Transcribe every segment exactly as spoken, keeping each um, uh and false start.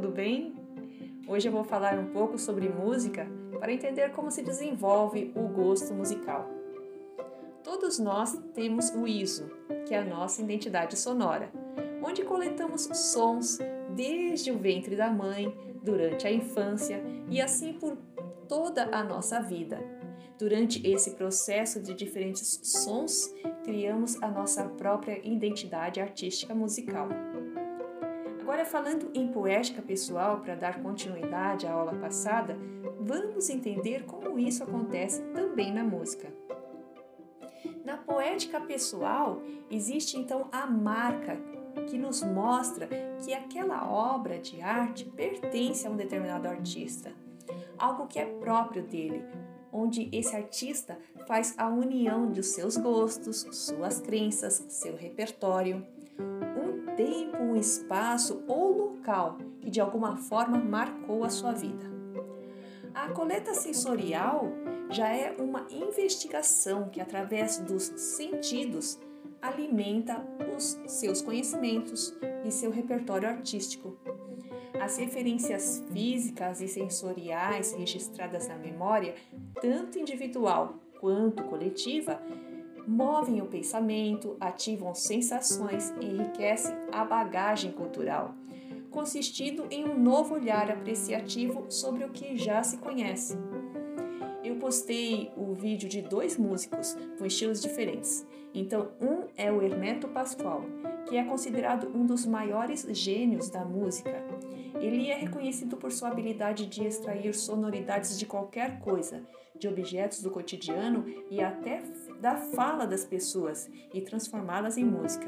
tudo bem? Hoje eu vou falar um pouco sobre música para entender como se desenvolve o gosto musical. Todos nós temos o I S O, que é a nossa identidade sonora, onde coletamos sons desde o ventre da mãe, durante a infância e assim por toda a nossa vida. Durante esse processo de diferentes sons, criamos a nossa própria identidade artística musical. Agora, falando em poética pessoal, para dar continuidade à aula passada, vamos entender como isso acontece também na música. Na poética pessoal, existe então a marca que nos mostra que aquela obra de arte pertence a um determinado artista, algo que é próprio dele, onde esse artista faz a união dos seus gostos, suas crenças, seu repertório, um tempo, um espaço ou local que de alguma forma marcou a sua vida. A coleta sensorial já é uma investigação que, através dos sentidos, alimenta os seus conhecimentos e seu repertório artístico. As referências físicas e sensoriais registradas na memória, tanto individual quanto coletiva, movem o pensamento, ativam sensações e enriquecem a bagagem cultural, consistindo em um novo olhar apreciativo sobre o que já se conhece. Eu postei o vídeo de dois músicos com estilos diferentes. Então, um é o Hermeto Pascoal, que é considerado um dos maiores gênios da música. Ele é reconhecido por sua habilidade de extrair sonoridades de qualquer coisa, de objetos do cotidiano e até da fala das pessoas, e transformá-las em música.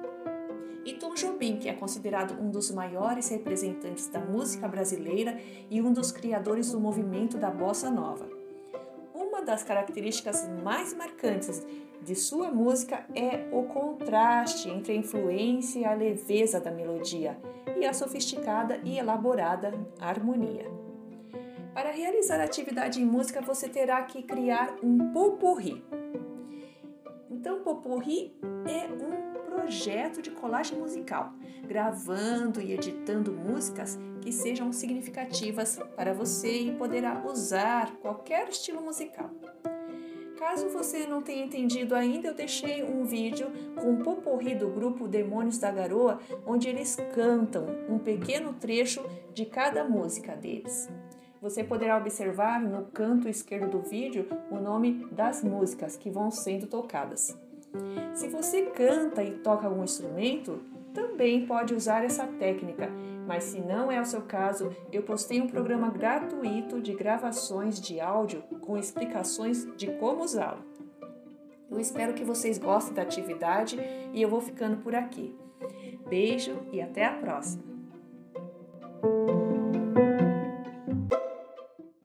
E Tom Jobim, que é considerado um dos maiores representantes da música brasileira e um dos criadores do movimento da bossa nova. Uma das características mais marcantes de sua música é o contraste entre a influência e a leveza da melodia e a sofisticada e elaborada harmonia. Para realizar a atividade em música, você terá que criar um pot-pourri. Então, pot-pourri é um projeto de colagem musical, gravando e editando músicas que sejam significativas para você e poderá usar qualquer estilo musical. Caso você não tenha entendido ainda, eu deixei um vídeo com o pot-pourri do grupo Demônios da Garoa, onde eles cantam um pequeno trecho de cada música deles. Você poderá observar no canto esquerdo do vídeo o nome das músicas que vão sendo tocadas. Se você canta e toca algum instrumento, também pode usar essa técnica, mas se não é o seu caso, eu postei um programa gratuito de gravações de áudio com explicações de como usá-lo. Eu espero que vocês gostem da atividade e eu vou ficando por aqui. Beijo e até a próxima!